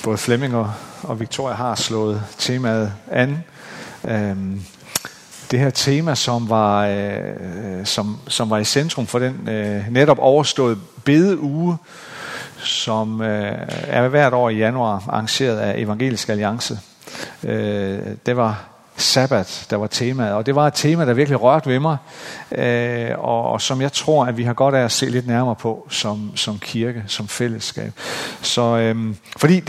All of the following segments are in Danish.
både Flemming og Victoria har slået temaet an. Det her tema, som var i centrum for den netop overståede bedeuge, som er hvert år i januar arrangeret af Evangelisk Alliance. Det var sabbat, der var temaet, og det var et tema, der virkelig rørte ved mig, og som jeg tror, at vi har godt af at se lidt nærmere på som kirke, som fællesskab. Så fordi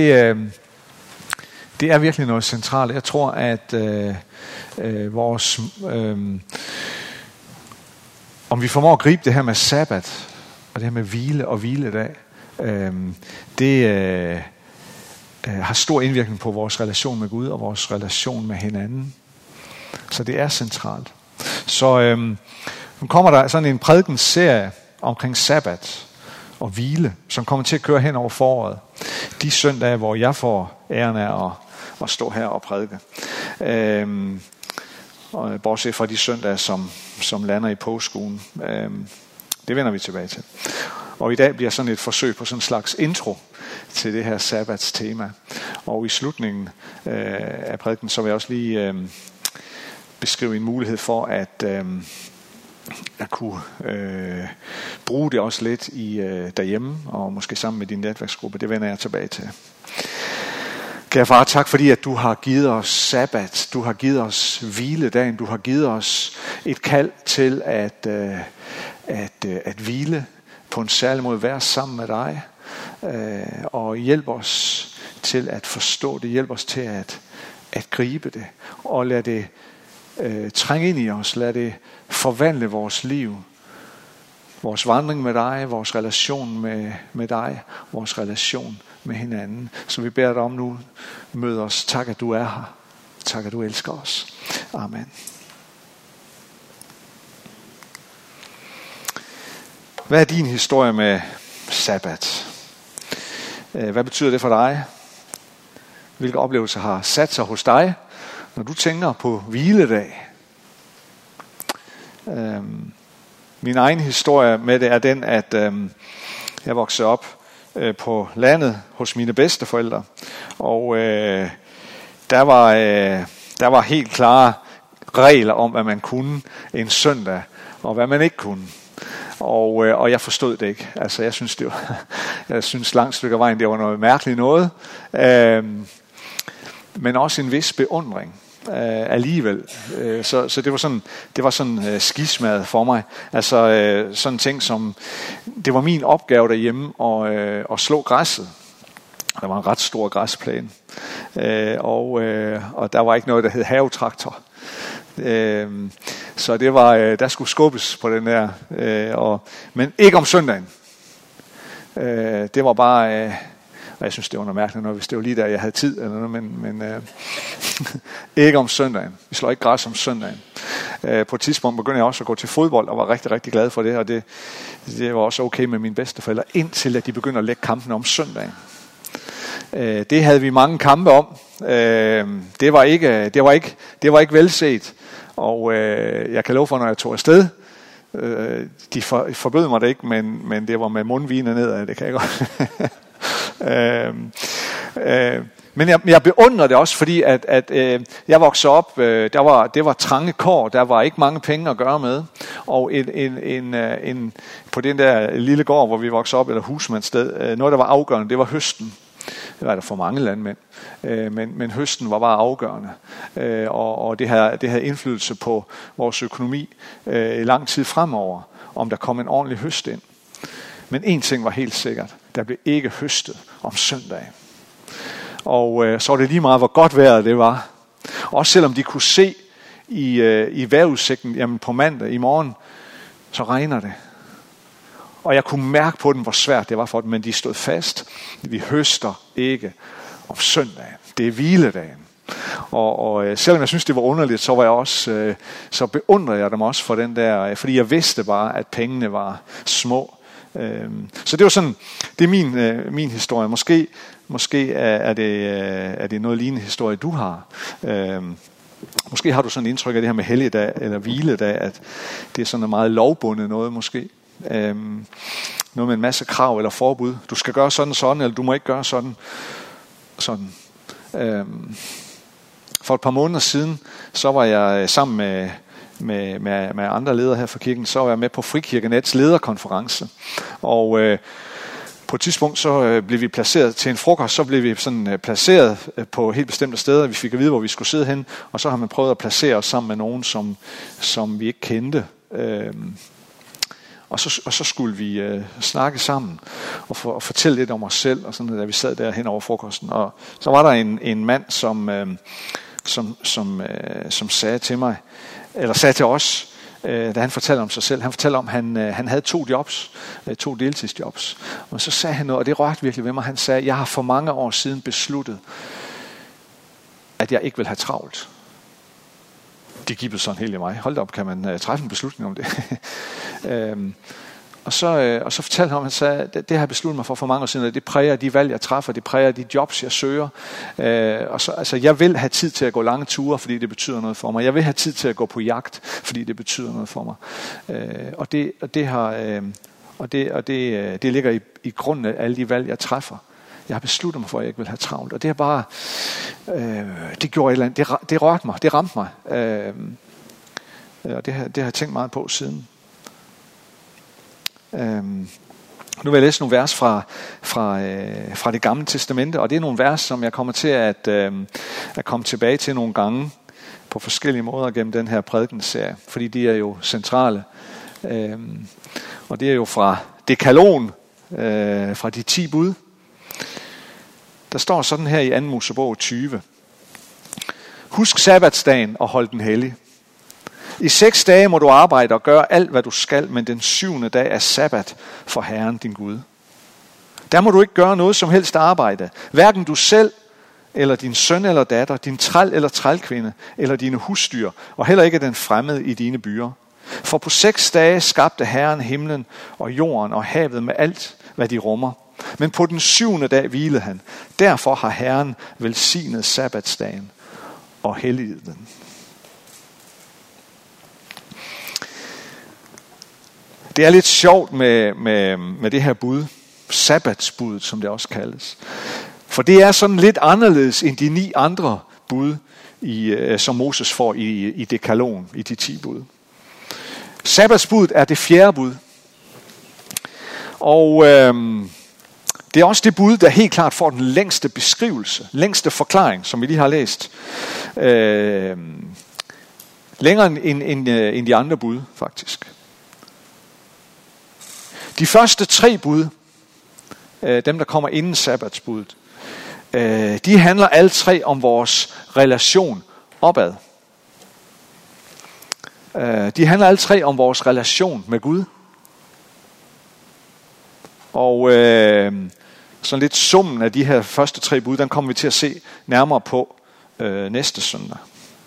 det er virkelig noget centralt. Jeg tror, at vores om vi formår at gribe det her med sabbat og det her med hvile og hviledag, det har stor indvirkning på vores relation med Gud og vores relation med hinanden. Så det er centralt. Så nu kommer der sådan en prædikenserie omkring sabbat og hvile, som kommer til at køre hen over foråret. De søndage, hvor jeg får æren af at stå her og prædike. Og bortset fra de søndage, som lander i påskeugen. Det vender vi tilbage til. Og i dag bliver sådan et forsøg på sådan en slags intro til det her sabbats tema. Og i slutningen af prædiken, så vil jeg også lige beskrive en mulighed for at kunne bruge det også lidt derhjemme, og måske sammen med din netværksgruppe. Det vender jeg tilbage til. Kære far, tak fordi at du har givet os sabbat, du har givet os hviledagen, du har givet os et kald til at hvile på en særlig måde, være sammen med dig, og hjælp os til at forstå det, hjælp os til at gribe det, og lad det trænge ind i os, lad det forvandle vores liv, vores vandring med dig, vores relation med dig, vores relation med hinanden. Så vi beder dig om nu, mød os. Tak at du er her. Tak at du elsker os. Amen. Hvad er din historie med sabbat? Hvad betyder det for dig? Hvilke oplevelser har sat sig hos dig, når du tænker på hviledag? Min egen historie med det er den, at jeg voksede op på landet hos mine bedsteforældre, og der var helt klare regler om, hvad man kunne en søndag, og hvad man ikke kunne. Og jeg forstod det ikke. Altså jeg synes langt stykke af vejen, det var noget mærkeligt noget, men også en vis beundring alligevel. Så det var sådan skismad for mig. Altså sådan ting som, det var min opgave derhjemme at slå græsset. Der var en ret stor græsplæne, og der var ikke noget, der hed havetraktor. Så det var, der skulle skubbes på den der, men ikke om søndagen. Det var bare, og jeg synes det var noget mærkeligt, hvis det var lige der jeg havde tid eller noget, men ikke om søndagen. Vi slår ikke græs om søndagen. På et tidspunkt begyndte jeg også at gå til fodbold og var rigtig, rigtig glad for det, og det var også okay med mine bedsteforældre, indtil at de begyndte at lægge kampen om søndagen. Det havde vi mange kampe om. Det var ikke velset, og jeg kan love for, når jeg tog afsted, de forbød mig det ikke, men det var med mundvine nedad, det kan jeg godt. Men jeg beundrer det også, fordi at jeg voksede op, det var trange kår, der var ikke mange penge at gøre med, og på den der lille gård, hvor vi voksede op, eller husmandssted, noget der var afgørende, det var høsten. Det var der for mange landmænd, men høsten var bare afgørende, og det havde indflydelse på vores økonomi lang tid fremover, om der kom en ordentlig høst ind. Men en ting var helt sikkert, der blev ikke høstet om søndagen. Og så var det lige meget, hvor godt vejret det var. Også selvom de kunne se i vejrudsigten, jamen på mandag i morgen, så regner det. Og jeg kunne mærke på dem, hvor svært det var for dem, men de stod fast. Vi høster ikke om søndagen. Det er hviledagen. Og selvom jeg synes det var underligt, så var jeg også, så beundrede jeg dem også for den der, fordi jeg vidste bare, at pengene var små. Så det var sådan, det er min historie. Måske er det noget lignende historie, du har. Måske har du sådan et indtryk af det her med helligdag eller hviledag, at det er sådan noget meget lovbundet noget måske. Noget med en masse krav eller forbud. Du skal gøre sådan, eller du må ikke gøre sådan. sådan. For et par måneder siden, så var jeg sammen med andre ledere her fra kirken, så var jeg med på Frikirkenets lederkonference. Og på et tidspunkt, så blev vi placeret til en frokost, så blev vi sådan placeret på helt bestemte steder. Vi fik at vide, hvor vi skulle sidde hen, og så har man prøvet at placere os sammen med nogen, som vi ikke kendte. Og så skulle vi snakke sammen og fortælle lidt om os selv, og sådan, da vi sad der hen over frokosten. Og så var der en mand, som sagde til mig, eller sagde til os, da han fortalte om sig selv. Han fortalte om, at han havde 2 jobs, 2 deltidsjobs. Og så sagde han noget, og det rørte virkelig ved mig. Han sagde, jeg har for mange år siden besluttet, at jeg ikke vil have travlt. Det gibbede sådan helt i mig. Hold da op, kan man træffe en beslutning om det? Og så fortalte han om, han sagde, det har jeg besluttet mig for mange år siden, at det præger de valg, jeg træffer, det præger de jobs, jeg søger. Altså, jeg vil have tid til at gå lange ture, fordi det betyder noget for mig. Jeg vil have tid til at gå på jagt, fordi det betyder noget for mig. Det ligger i grunden af alle de valg, jeg træffer. Jeg har besluttet mig for, at jeg ikke vil have travlt. Og det er bare, det gjorde et eller andet, det rørte mig, det ramte mig. Og det har jeg tænkt meget på siden. Nu vil jeg læse nogle vers fra det gamle testamente, og det er nogle vers, som jeg kommer til at komme tilbage til nogle gange på forskellige måder gennem den her prædikenserie, fordi de er jo centrale. Og det er jo fra Dekalon, fra de 10 bud. Der står sådan her i 2. Mosebog 20. Husk sabbatsdagen og hold den hellig. I 6 dage må du arbejde og gøre alt, hvad du skal, men den 7. dag er sabbat for Herren din Gud. Der må du ikke gøre noget som helst arbejde. Hverken du selv, eller din søn eller datter, din træl eller trælkvinde, eller dine husdyr, og heller ikke den fremmede i dine byer. For på 6 dage skabte Herren himlen og jorden og havet med alt, hvad de rummer. Men på den 7. dag hvilede han. Derfor har Herren velsignet sabbatsdagen og helliget den. Det er lidt sjovt med det her bud, sabbatsbuddet, som det også kaldes. For det er sådan lidt anderledes end de 9 andre bud, som Moses får i Dekalon, i de 10 bud. Sabbatsbuddet er det 4. bud. Og det er også det bud, der helt klart får den længste beskrivelse, længste forklaring, som vi lige har læst. Længere end de andre bud, faktisk. De første 3 bud, dem der kommer inden sabbatsbuddet, de handler alle 3 om vores relation opad. De handler alle 3 om vores relation med Gud. Og sådan lidt summen af de her første 3 bud, den kommer vi til at se nærmere på næste søndag.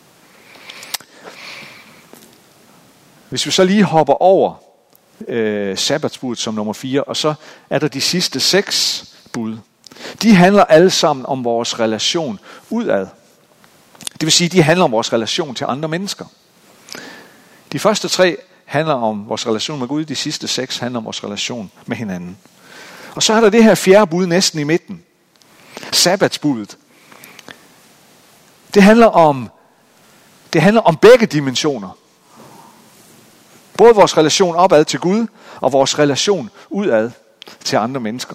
Hvis vi så lige hopper over sabbatsbuddet som nummer 4, og så er der de sidste 6 bud. De handler alle sammen om vores relation udad. Det vil sige, de handler om vores relation til andre mennesker. De første 3 handler om vores relation med Gud, de sidste 6 handler om vores relation med hinanden. Og så er der det her 4. bud næsten i midten. Sabbatsbuddet. Det handler om begge dimensioner. Både vores relation opad til Gud, og vores relation udad til andre mennesker.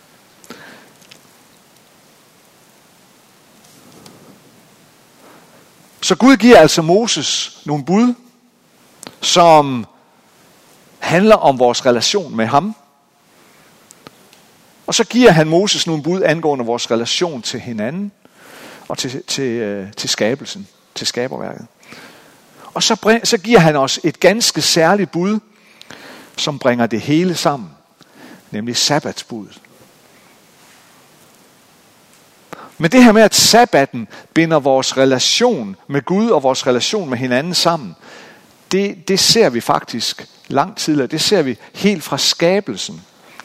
Så Gud giver altså Moses nogle bud, som handler om vores relation med ham. Og så giver han Moses nogle bud angående vores relation til hinanden og til skabelsen, til skaberværket. Og så giver han os et ganske særligt bud, som bringer det hele sammen, nemlig sabbatsbuddet. Men det her med, at sabbaten binder vores relation med Gud og vores relation med hinanden sammen, det ser vi faktisk langt tidligere. Det ser vi helt fra skabelsen.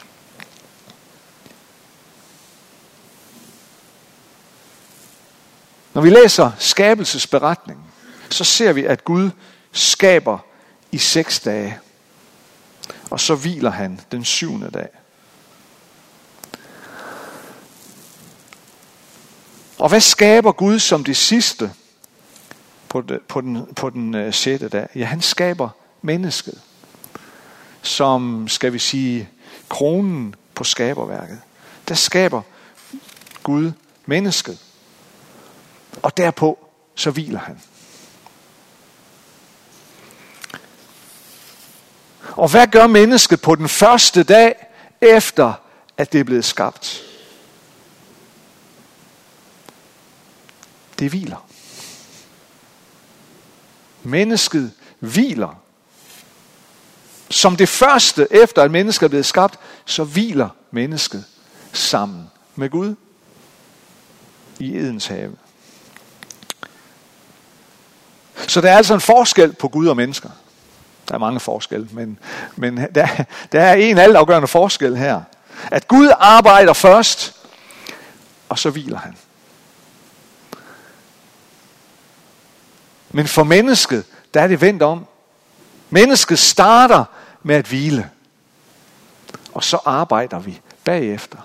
Når vi læser skabelsesberetningen, så ser vi, at Gud skaber i 6 dage. Og så hviler han den 7. dag. Og hvad skaber Gud som det sidste på den 6. dag? Ja, han skaber mennesket, som, skal vi sige, kronen på skaberværket. Der skaber Gud mennesket. Og derpå så hviler han. Og hvad gør mennesket på den første dag, efter at det er blevet skabt? Det hviler. Mennesket hviler. Som det første, efter at mennesket er blevet skabt, så hviler mennesket sammen med Gud i Edens have. Så der er altså en forskel på Gud og mennesker. Der er mange forskelle, men der er en altafgørende forskel her. At Gud arbejder først, og så hviler han. Men for mennesket, der er det vendt om. Mennesket starter med at hvile, og så arbejder vi bagefter.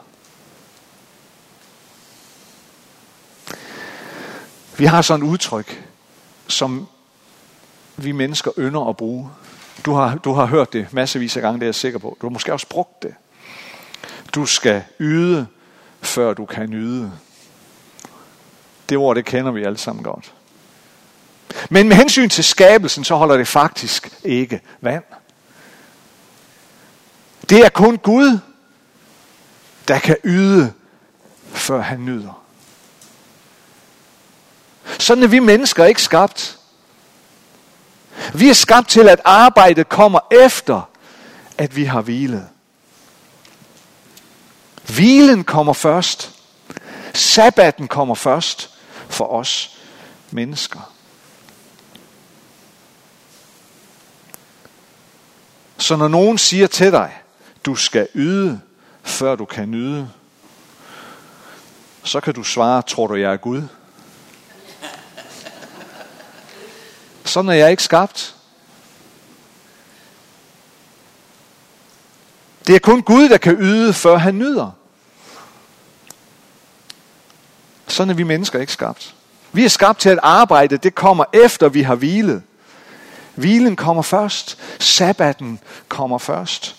Vi har sådan et udtryk, som vi mennesker ynder at bruge. Du har hørt det massevis af gange, det er jeg sikker på. Du har måske også brugt det. Du skal yde, før du kan nyde. Det ord, det kender vi alle sammen godt. Men med hensyn til skabelsen, så holder det faktisk ikke vand. Det er kun Gud, der kan yde, før han nyder. Sådan er vi mennesker ikke skabt. Vi er skabt til, at arbejdet kommer efter, at vi har hvilet. Hvilen kommer først. Sabbaten kommer først for os mennesker. Så når nogen siger til dig, du skal yde, før du kan nyde, så kan du svare, tror du jeg er Gud? Sådan er jeg ikke skabt. Det er kun Gud, der kan yde, før han nyder. Sådan er vi mennesker ikke skabt. Vi er skabt til at arbejde, det kommer efter vi har hvilet. Hvilen kommer først. Sabbaten kommer først.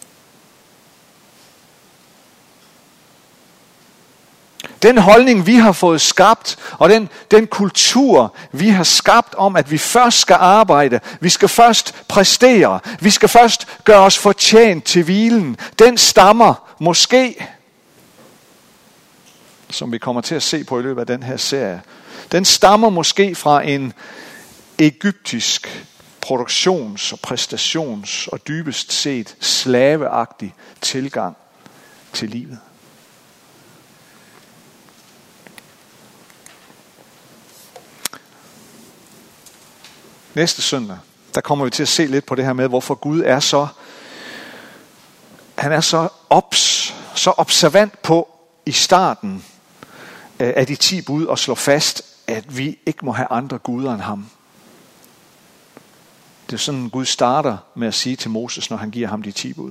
Den holdning, vi har fået skabt, og den kultur, vi har skabt om, at vi først skal arbejde, vi skal først præstere, vi skal først gøre os fortjent til hvilen, den stammer måske, som vi kommer til at se på i løbet af den her serie, den stammer måske fra en egyptisk produktions- og præstations- og dybest set slaveagtig tilgang til livet. Næste søndag, der kommer vi til at se lidt på det her med, hvorfor Gud er så observant på i starten af de 10 bud og slår fast, at vi ikke må have andre guder end ham. Det er sådan, Gud starter med at sige til Moses, når han giver ham de 10 bud.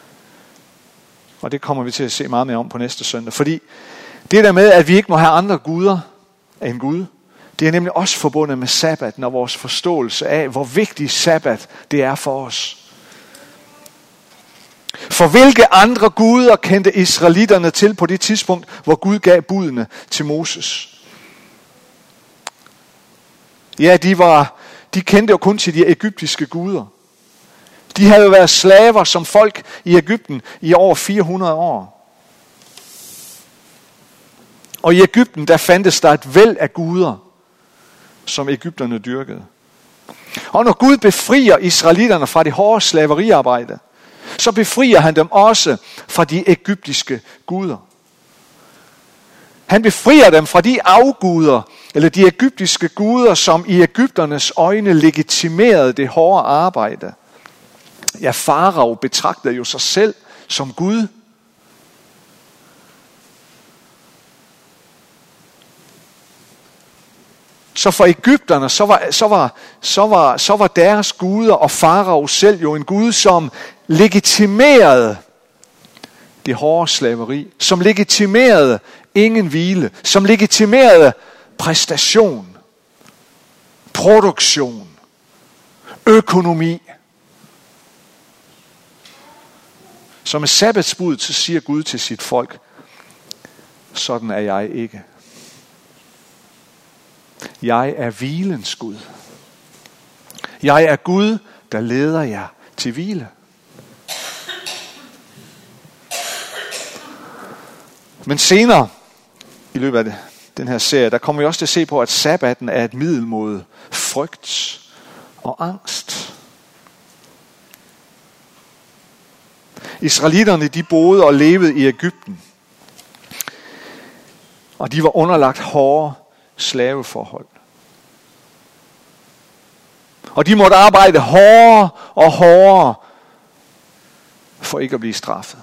Og det kommer vi til at se meget mere om på næste søndag. Fordi det der med, at vi ikke må have andre guder end Gud, det er nemlig også forbundet med sabbaten og vores forståelse af, hvor vigtig sabbat det er for os. For hvilke andre guder kendte israelitterne til på det tidspunkt, hvor Gud gav budene til Moses? Ja, de kendte jo kun til de egyptiske guder. De havde jo været slaver som folk i Egypten i over 400 år. Og i Egypten, der fandtes der et væld af guder, som egypterne dyrkede. Og når Gud befrier israelitterne fra det hårde slaveriarbejde, så befrier han dem også fra de egyptiske guder. Han befrier dem fra de afguder, eller de egyptiske guder, som i egypternes øjne legitimerede det hårde arbejde. Ja, farao betragtede jo sig selv som Gud. Så for egypterne, så var deres guder og farao selv jo en gud, som legitimerede det hårde slaveri, som legitimerede ingen hvile, som legitimerede præstation, produktion, økonomi. Så med sabbatsbuddet, så siger Gud til sit folk, sådan er jeg ikke. Jeg er hvilens Gud. Jeg er Gud, der leder jer til hvile. Men senere i løbet af den her serie, der kommer vi også til at se på, at sabbaten er et middel mod frygt og angst. Israelitterne, de boede og levede i Egypten. Og de var underlagt hårde slaveforhold. Og de måtte arbejde hårdere og hårdere for ikke at blive straffet.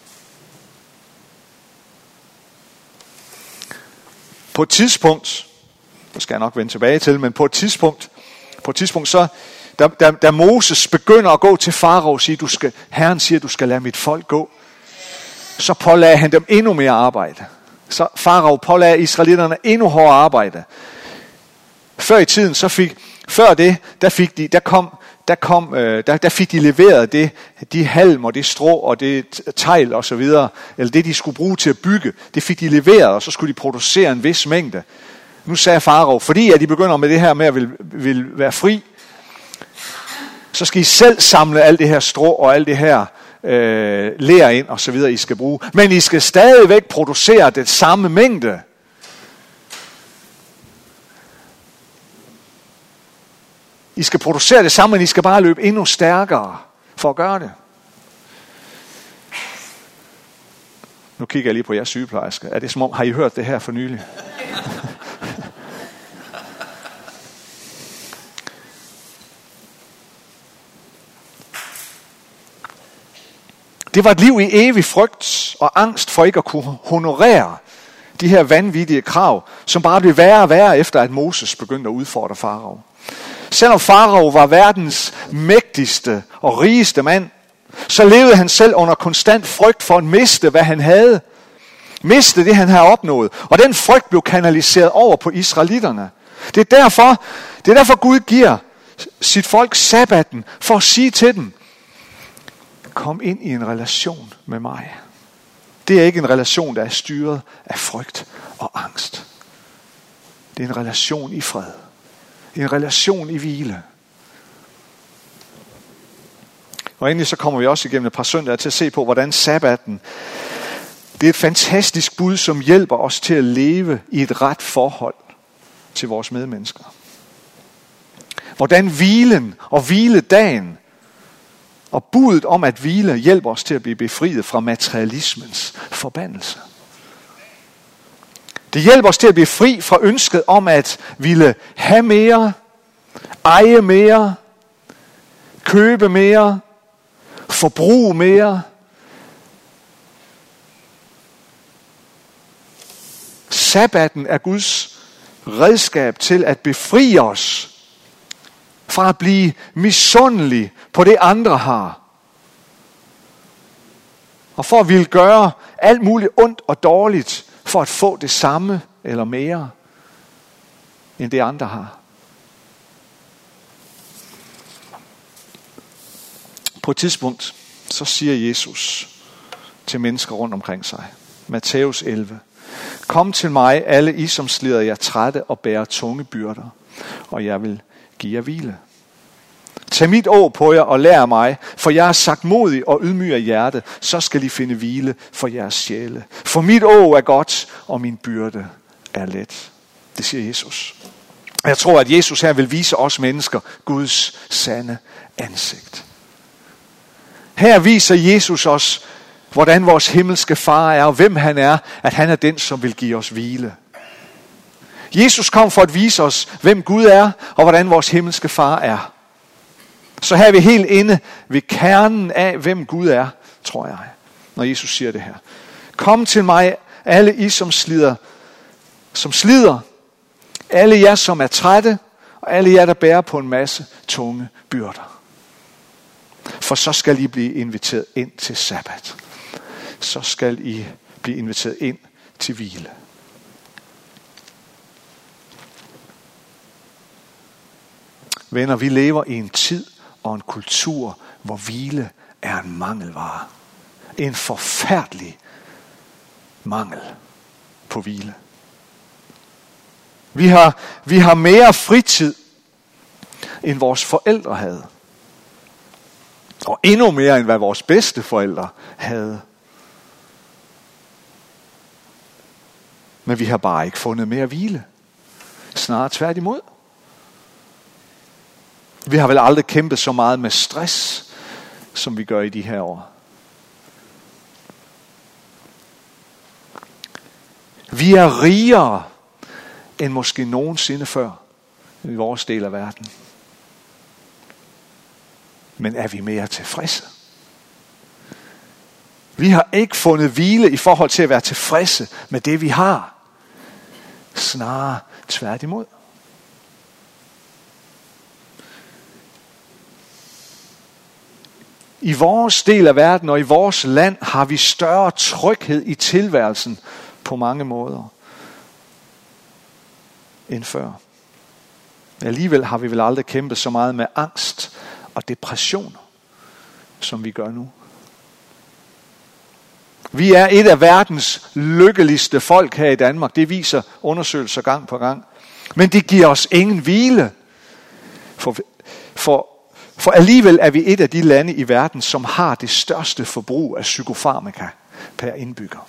På et skal jeg nok vende tilbage til, men på et tidspunkt så, da Moses begynder at gå til farao og siger, Herren siger, du skal lade mit folk gå, så pålagde han dem endnu mere arbejde. Så farao pålagde israelitterne endnu hårdere arbejde. Før i tiden, der fik de leveret de halm og det strå og det tegl og så videre, eller det de skulle bruge til at bygge, det fik de leveret, og så skulle de producere en vis mængde. Nu sagde farao, fordi at de begynder med det her med at vil være fri, så skal I selv samle alt det her strå og alt det her ler ind og så videre, I skal bruge. Men I skal stadigvæk producere det samme mængde. I skal producere det samme, men I skal bare løbe endnu stærkere for at gøre det. Nu kigger jeg lige på jeres sygeplejerske. Er det som om, har I hørt det her for nylig? Det var et liv i evig frygt og angst for ikke at kunne honorere de her vanvittige krav, som bare blev værre og værre efter, at Moses begyndte at udfordre farao. Selvom farao var verdens mægtigste og rigeste mand, så levede han selv under konstant frygt for at miste, hvad han havde. Miste det, han havde opnået. Og den frygt blev kanaliseret over på israelitterne. Det er derfor Gud giver sit folk sabbaten, for at sige til dem, kom ind i en relation med mig. Det er ikke en relation, der er styret af frygt og angst. Det er en relation i fred. En relation i hvile. Og endelig så kommer vi også igennem et par søndage til at se på, hvordan sabbaten, det er et fantastisk bud, som hjælper os til at leve i et ret forhold til vores medmennesker. Hvordan hvilen og hviledagen og budet om at hvile hjælper os til at blive befriet fra materialismens forbandelse. Det hjælper os til at blive fri fra ønsket om at ville have mere, eje mere, købe mere, forbruge mere. Sabbaten er Guds redskab til at befri os fra at blive misundelig på det andre har. Og for at ville gøre alt muligt ondt og dårligt for at få det samme eller mere end det andre har. På et tidspunkt så siger Jesus til mennesker rundt omkring sig, Matthæus 11, kom til mig, alle I som slider jer trætte og bærer tunge byrder, og jeg vil give jer hvile. Tag mit åg på jer og lær mig, for jeg er sagtmodig og ydmyg af hjerte, så skal I finde hvile for jeres sjæle. For mit åg er godt, og min byrde er let. Det siger Jesus. Jeg tror, at Jesus her vil vise os mennesker Guds sande ansigt. Her viser Jesus os, hvordan vores himmelske far er, og hvem han er, at han er den, som vil give os hvile. Jesus kom for at vise os, hvem Gud er, og hvordan vores himmelske far er. Så her er vi helt inde ved kernen af, hvem Gud er, tror jeg, når Jesus siger det her. Kom til mig, alle I som slider, alle jer som er trætte, og alle jer der bærer på en masse tunge byrder. For så skal I blive inviteret ind til sabbat. så skal I blive inviteret ind til hvile. Venner, vi lever i en tid og en kultur, hvor hvile er en mangelvare. En forfærdelig mangel på hvile. Vi har mere fritid, end vores forældre havde. Og endnu mere, end hvad vores bedsteforældre havde. Men vi har bare ikke fundet mere hvile. Snarere tværtimod. Vi har vel aldrig kæmpet så meget med stress, som vi gør i de her år. Vi er rigere end måske nogensinde før i vores del af verden. Men er vi mere tilfredse? Vi har ikke fundet hvile i forhold til at være tilfredse med det, vi har. Snarere tværtimod. I vores del af verden og i vores land har vi større tryghed i tilværelsen på mange måder end før. Alligevel har vi vel aldrig kæmpet så meget med angst og depression, som vi gør nu. Vi er et af verdens lykkeligste folk her i Danmark. Det viser undersøgelser gang på gang. Men det giver os ingen hvile. For alligevel er vi et af de lande i verden, som har det største forbrug af psykofarmaka per indbygger.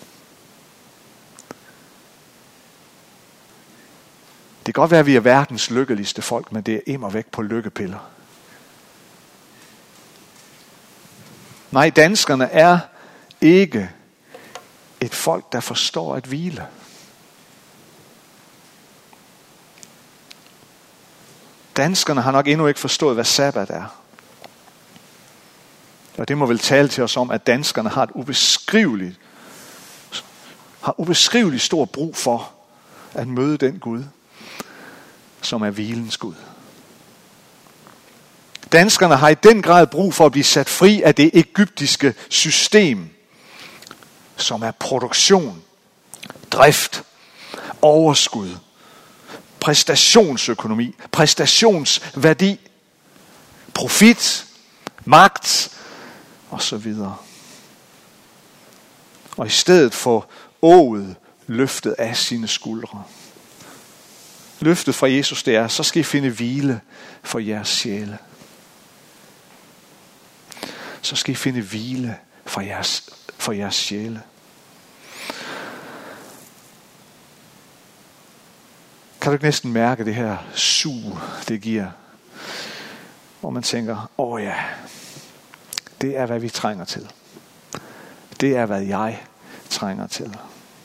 Det kan godt være, at vi er verdens lykkeligste folk, men det er immervæk på lykkepiller. Nej, danskerne er ikke et folk, der forstår at hvile. Danskerne har nok endnu ikke forstået, hvad sabbat er. Og det må vel tale til os om, at danskerne har ubeskriveligt stor brug for at møde den Gud, som er hvilens Gud. Danskerne har i den grad brug for at blive sat fri af det egyptiske system, som er produktion, drift, overskud, præstationsøkonomi, præstationsværdi, profit, magt osv. Og i stedet få åget løftet af sine skuldre. Løftet fra Jesus, det er, så skal I finde hvile for jeres sjæle. Så skal I finde hvile for jeres sjæle. Kan du ikke næsten mærke det her sug, det giver? Hvor man tænker, ja, det er hvad vi trænger til. Det er hvad jeg trænger til.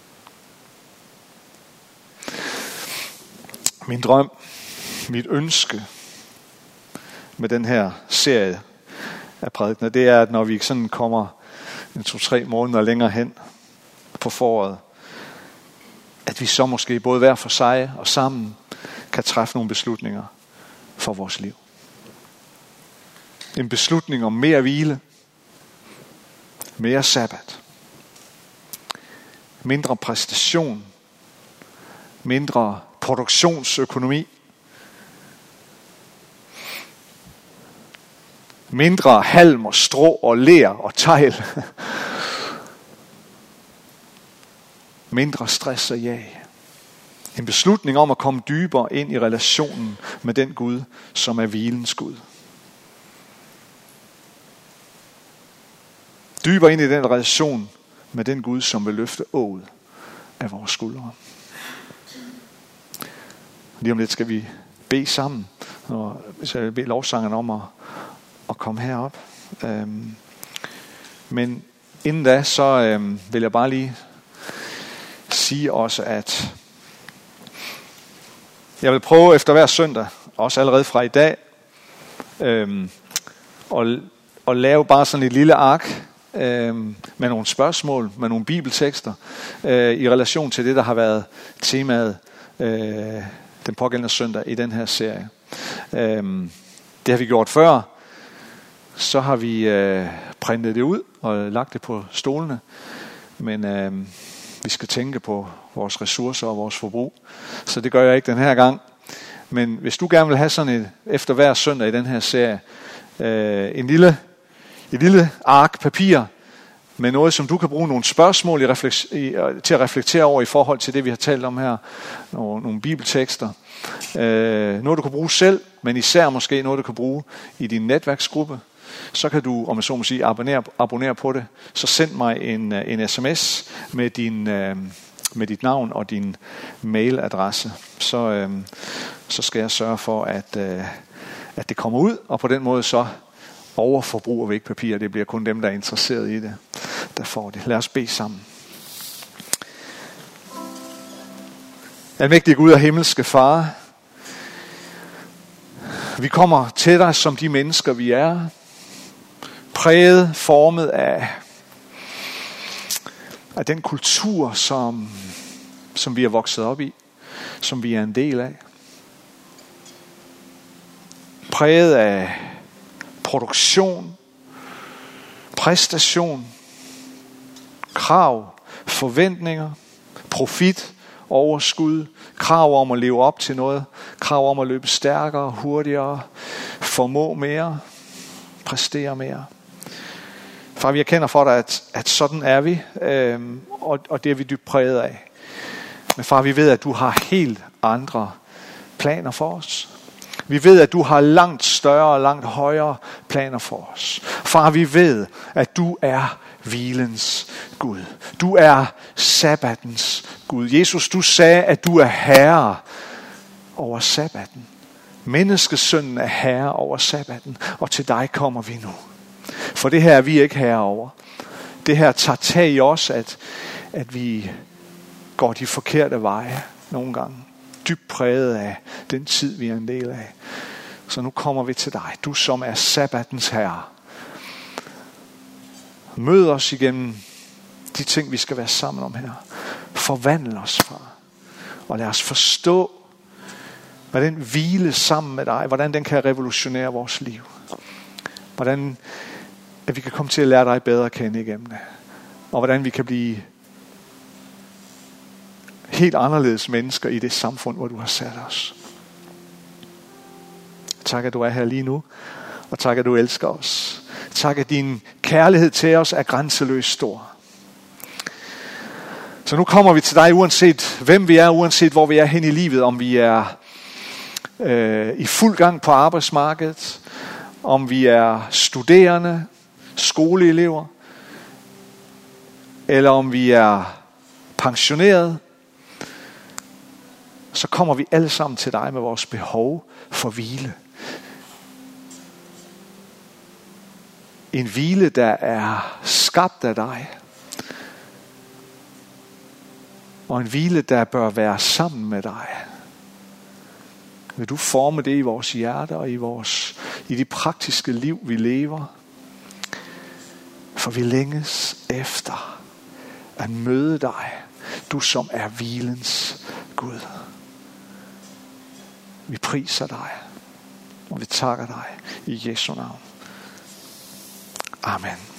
Min drøm, mit ønske med den her serie af prædikener, det er, at når vi sådan kommer 2-3 måneder længere hen på foråret, at vi så måske både hver for sig og sammen kan træffe nogle beslutninger for vores liv. En beslutning om mere hvile, mere sabbat, mindre præstation, mindre produktionsøkonomi, mindre halm og strå og ler og tegl, mindre stress og jag. En beslutning om at komme dybere ind i relationen med den Gud, som er hvilens Gud. Dybere ind i den relation med den Gud, som vil løfte åget af vores skuldre. Lige om lidt skal vi bede sammen, og så jeg vil bede lovsangerne om at komme herop. Men inden da, så vil jeg bare lige sige også, at jeg vil prøve efter hver søndag, også allerede fra i dag, at lave bare sådan et lille ark med nogle spørgsmål, med nogle bibeltekster i relation til det, der har været temaet den pågældende søndag i den her serie. Det har vi gjort før. Så har vi printet det ud og lagt det på stolene. Men vi skal tænke på vores ressourcer og vores forbrug. Så det gør jeg ikke den her gang. Men hvis du gerne vil have sådan efter hver søndag i den her serie, et lille ark papir med noget, som du kan bruge nogle spørgsmål til at reflektere over i forhold til det, vi har talt om her. Nogle bibeltekster. Noget, du kan bruge selv, men især måske noget, du kan bruge i din netværksgruppe. Så kan du, om jeg så må sige, abonnere på det. Så send mig en sms med dit navn og din mailadresse. Så skal jeg sørge for, at det kommer ud, og på den måde så overforbruger vi ikke papir. Det bliver kun dem, der er interesseret i det, der får det. Lad os bede sammen. Almægtige Gud og himmelske Far, vi kommer til dig som de mennesker, vi er. Præget, formet af den kultur, som vi er vokset op i, som vi er en del af. Præget af produktion, præstation, krav, forventninger, profit, overskud, krav om at leve op til noget, krav om at løbe stærkere, hurtigere, formå mere, præstere mere. Far, vi erkender for dig, at sådan er vi, og det er vi dybt præget af. Men far, vi ved, at du har helt andre planer for os. Vi ved, at du har langt større og langt højere planer for os. Far, vi ved, at du er hvilens Gud. Du er sabbatens Gud. Jesus, du sagde, at du er herre over sabbaten. Menneskesønnen er herre over sabbaten, og til dig kommer vi nu. For det her er vi ikke herre over. Det her tager tag i os, at vi går de forkerte veje nogle gange. Dybt præget af den tid, vi er en del af. Så nu kommer vi til dig, du som er sabbatens herre. Mød os igennem de ting, vi skal være sammen om her. Forvandl os, far. Og lad os forstå, hvad den hvile sammen med dig, hvordan den kan revolutionere vores liv. Hvordan at vi kan komme til at lære dig bedre at kende igennem det. Og hvordan vi kan blive helt anderledes mennesker i det samfund, hvor du har sat os. Tak, at du er her lige nu. Og tak, at du elsker os. Tak, at din kærlighed til os er grænseløst stor. Så nu kommer vi til dig, uanset hvem vi er, uanset hvor vi er hen i livet. Om vi er i fuld gang på arbejdsmarkedet, om vi er studerende, skoleelever, eller om vi er pensioneret, så kommer vi alle sammen til dig med vores behov for hvile. En hvile, der er skabt af dig. Og en hvile, der bør være sammen med dig. Vil du forme det i vores hjerter og i det praktiske liv, vi lever? For vi længes efter at møde dig, du som er hvilens Gud. Vi priser dig, og vi takker dig i Jesu navn. Amen.